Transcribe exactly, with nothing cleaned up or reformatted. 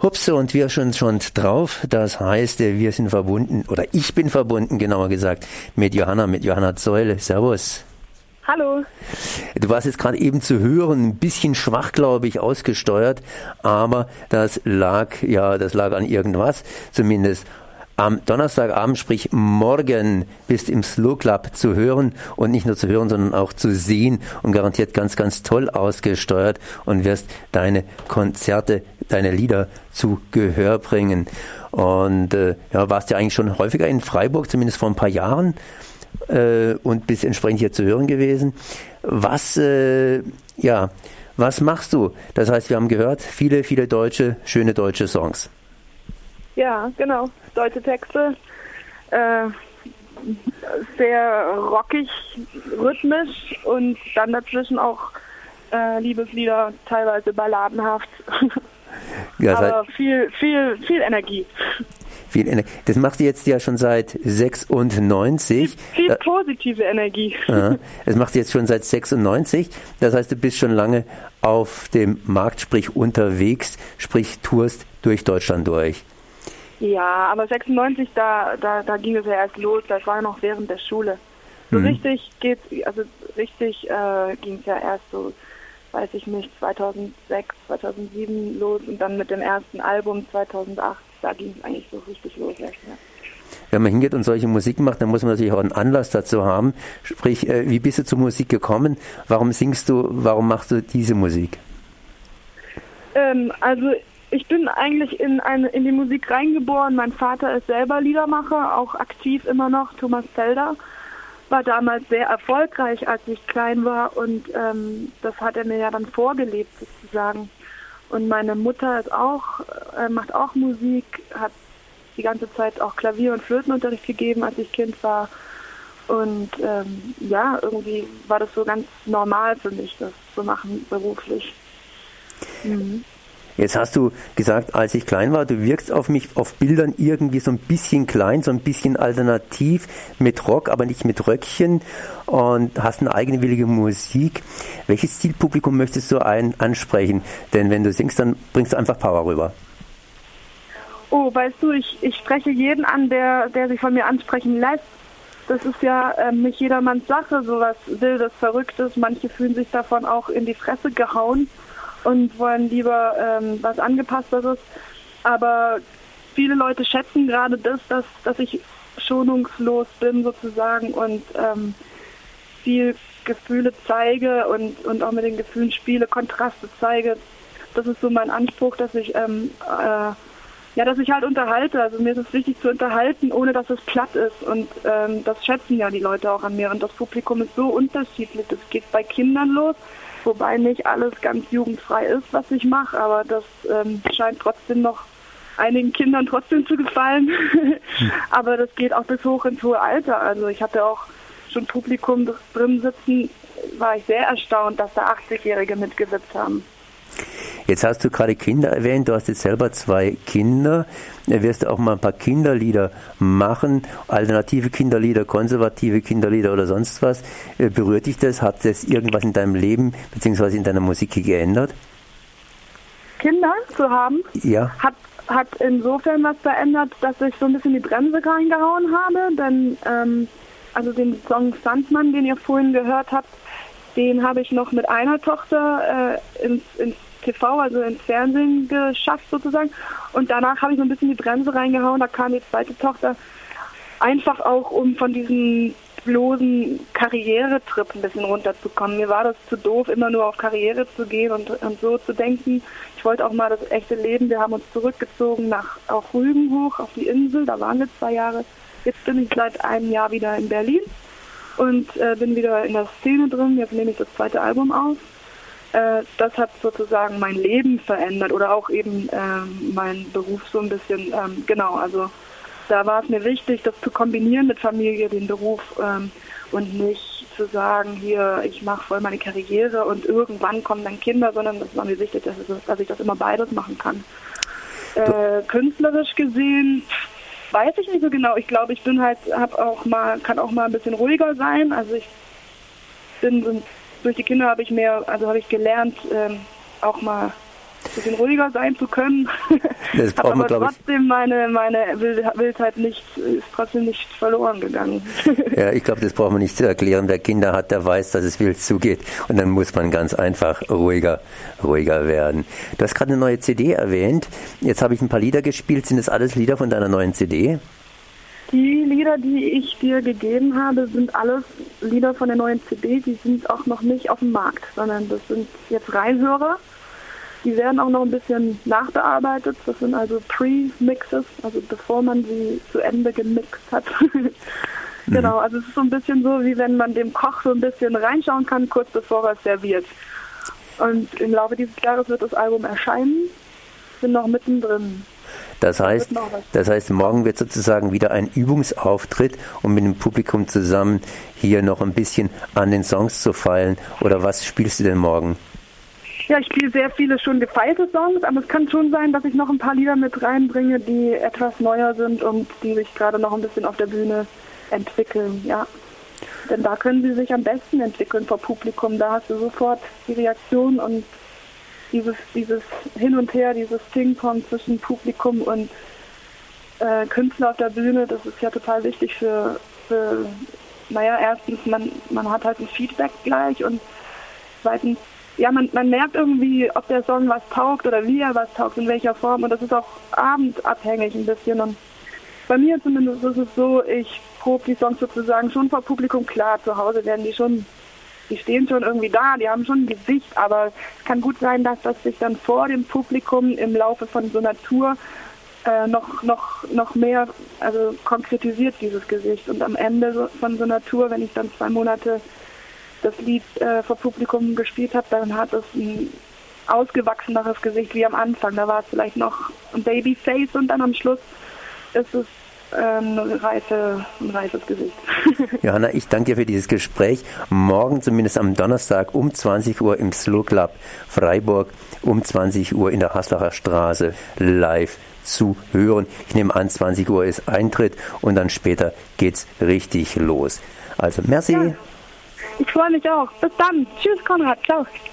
Hupse und wir schon schon drauf. Das heißt, wir sind verbunden, oder ich bin verbunden, genauer gesagt, mit Johanna, mit Johanna Zeule. Servus. Hallo. Du warst jetzt gerade eben zu hören, ein bisschen schwach, glaube ich, ausgesteuert, aber das lag, ja, das lag an irgendwas, zumindest. Am Donnerstagabend, sprich morgen, bist im Slow Club zu hören und nicht nur zu hören, sondern auch zu sehen und garantiert ganz, ganz toll ausgesteuert und wirst deine Konzerte, deine Lieder zu Gehör bringen. Und äh, ja, warst ja eigentlich schon häufiger in Freiburg, zumindest vor ein paar Jahren, äh, und bist entsprechend hier zu hören gewesen. Was, äh, ja, was machst du? Das heißt, wir haben gehört, viele, viele deutsche, schöne deutsche Songs. Ja, genau. Deutsche Texte, äh, sehr rockig, rhythmisch und dann dazwischen auch äh, Liebeslieder, teilweise balladenhaft. Ja, aber viel, viel, viel Energie. Viel Energie. Das machst du jetzt ja schon seit sechsundneunzig. Viel, viel positive Energie. Ja, das machst du jetzt schon seit sechsundneunzig. Das heißt, du bist schon lange auf dem Markt, sprich unterwegs, sprich tourst durch Deutschland durch. Ja, aber sechsundneunzig, da, da, da ging es ja erst los, das war ja noch während der Schule. So mhm. richtig geht, also richtig äh, ging es ja erst so, weiß ich nicht, zweitausendsechs, zweitausendsieben los und dann mit dem ersten Album zweitausendacht, da ging es eigentlich so richtig los. Erst, ja. Wenn man hingeht und solche Musik macht, dann muss man natürlich auch einen Anlass dazu haben. Sprich, äh, wie bist du zur Musik gekommen? Warum singst du, warum machst du diese Musik? Ähm, also ich bin eigentlich in eine in die Musik reingeboren. Mein Vater ist selber Liedermacher, auch aktiv immer noch. Thomas Felder war damals sehr erfolgreich, als ich klein war und ähm, das hat er mir ja dann vorgelebt sozusagen. Und meine Mutter ist auch äh, macht auch Musik, hat die ganze Zeit auch Klavier- und Flötenunterricht gegeben, als ich Kind war. Und ähm, ja, irgendwie war das so ganz normal für mich, das zu machen beruflich. Mhm. Jetzt hast du gesagt, als ich klein war, du wirkst auf mich auf Bildern irgendwie so ein bisschen klein, so ein bisschen alternativ mit Rock, aber nicht mit Röckchen und hast eine eigenwillige Musik. Welches Zielpublikum möchtest du ein ansprechen? Denn wenn du singst, dann bringst du einfach Power rüber. Oh, weißt du, ich, ich spreche jeden an, der, der sich von mir ansprechen lässt. Das ist ja äh, nicht jedermanns Sache, sowas Wildes, Verrücktes. Manche fühlen sich davon auch in die Fresse gehauen und wollen lieber ähm, was Angepassteres. Aber viele Leute schätzen gerade das, dass, dass ich schonungslos bin sozusagen und ähm, viel Gefühle zeige und, und auch mit den Gefühlen spiele, Kontraste zeige. Das ist so mein Anspruch, dass ich ähm, äh, ja, dass ich halt unterhalte. Also mir ist es wichtig zu unterhalten, ohne dass es platt ist. Und ähm, das schätzen ja die Leute auch an mir. Und das Publikum ist so unterschiedlich. Das geht bei Kindern los, wobei nicht alles ganz jugendfrei ist, was ich mache, aber das ähm, scheint trotzdem noch einigen Kindern trotzdem zu gefallen. Aber das geht auch bis hoch ins hohe Alter. Also ich hatte auch schon Publikum drin sitzen, war ich sehr erstaunt, dass da achtzigjährige mitgesitzt haben. Jetzt hast du gerade Kinder erwähnt, du hast jetzt selber zwei Kinder. Wirst du auch mal ein paar Kinderlieder machen, alternative Kinderlieder, konservative Kinderlieder oder sonst was? Berührt dich das? Hat das irgendwas in deinem Leben bzw. in deiner Musik geändert? Kinder zu haben? Ja. Hat, hat insofern was verändert, dass ich so ein bisschen die Bremse reingehauen habe, denn ähm, also den Song Sandmann, den ihr vorhin gehört habt, den habe ich noch mit einer Tochter äh, ins, ins T V, also ins Fernsehen geschafft sozusagen. Und danach habe ich so ein bisschen die Bremse reingehauen. Da kam die zweite Tochter einfach auch, um von diesem bloßen Karrieretrip ein bisschen runterzukommen. Mir war das zu doof, immer nur auf Karriere zu gehen und, und so zu denken. Ich wollte auch mal das echte Leben. Wir haben uns zurückgezogen nach auf Rügen hoch, auf die Insel. Da waren wir zwei Jahre. Jetzt bin ich seit einem Jahr wieder in Berlin und äh, bin wieder in der Szene drin. Jetzt nehme ich das zweite Album auf. Äh, das hat sozusagen mein Leben verändert oder auch eben ähm, meinen Beruf so ein bisschen. Ähm, genau, also da war es mir wichtig, das zu kombinieren mit Familie, den Beruf ähm, und nicht zu sagen, hier, ich mache voll meine Karriere und irgendwann kommen dann Kinder, sondern das war mir wichtig, dass, es, dass ich das immer beides machen kann. Äh, künstlerisch gesehen weiß ich nicht so genau. Ich glaube, ich bin halt, hab auch mal, kann auch mal ein bisschen ruhiger sein. Also ich bin durch die Kinder habe ich mehr, also habe ich gelernt, ähm, auch mal ein bisschen ruhiger sein zu können. Das braucht man, aber glaube ich. Trotzdem meine, meine Wildheit nicht, ist trotzdem nicht verloren gegangen. Ja, ich glaube, das braucht man nicht zu erklären. Wer Kinder hat, der weiß, dass es wild zugeht. Und dann muss man ganz einfach ruhiger, ruhiger werden. Du hast gerade eine neue C D erwähnt. Jetzt habe ich ein paar Lieder gespielt. Sind das alles Lieder von deiner neuen C D? Die Lieder, die ich dir gegeben habe, sind alles Lieder von der neuen C D. Die sind auch noch nicht auf dem Markt, sondern das sind jetzt Reinhörer. Die werden auch noch ein bisschen nachbearbeitet. Das sind also Pre-Mixes, also bevor man sie zu Ende gemixt hat. Genau, also es ist so ein bisschen so, wie wenn man dem Koch so ein bisschen reinschauen kann, kurz bevor er es serviert. Und im Laufe dieses Jahres wird das Album erscheinen. Bin noch mittendrin. Das heißt, das heißt, morgen wird sozusagen wieder ein Übungsauftritt, um mit dem Publikum zusammen hier noch ein bisschen an den Songs zu feilen. Oder was spielst du denn morgen? Ja, ich spiele sehr viele schon gefeilte Songs, aber es kann schon sein, dass ich noch ein paar Lieder mit reinbringe, die etwas neuer sind und die sich gerade noch ein bisschen auf der Bühne entwickeln. Ja, denn da können sie sich am besten entwickeln vor Publikum. Da hast du sofort die Reaktion und Dieses, dieses Hin und Her, dieses Ping-Pong zwischen Publikum und äh, Künstler auf der Bühne, das ist ja total wichtig für, für naja, erstens, man, man hat halt ein Feedback gleich und zweitens, ja, man, man merkt irgendwie, ob der Song was taugt oder wie er was taugt, in welcher Form und das ist auch abendabhängig ein bisschen und bei mir zumindest ist es so, ich probe die Songs sozusagen schon vor Publikum, klar, zu Hause werden die schon Die stehen schon irgendwie da, die haben schon ein Gesicht, aber es kann gut sein, dass das sich dann vor dem Publikum im Laufe von so einer Tour äh, noch, noch, noch mehr also konkretisiert, dieses Gesicht. Und am Ende so, von so einer Tour, wenn ich dann zwei Monate das Lied äh, vor Publikum gespielt habe, dann hat es ein ausgewachseneres Gesicht wie am Anfang. Da war es vielleicht noch ein Babyface und dann am Schluss ist es Ein, reife, ein reifes Gesicht. Johanna, ich danke dir für dieses Gespräch. Morgen, zumindest am Donnerstag um zwanzig Uhr im Slow Club Freiburg, um zwanzig Uhr in der Haslacher Straße live zu hören. Ich nehme an, zwanzig Uhr ist Eintritt und dann später geht's richtig los. Also, merci. Ja, ich freue mich auch. Bis dann. Tschüss, Konrad. Ciao.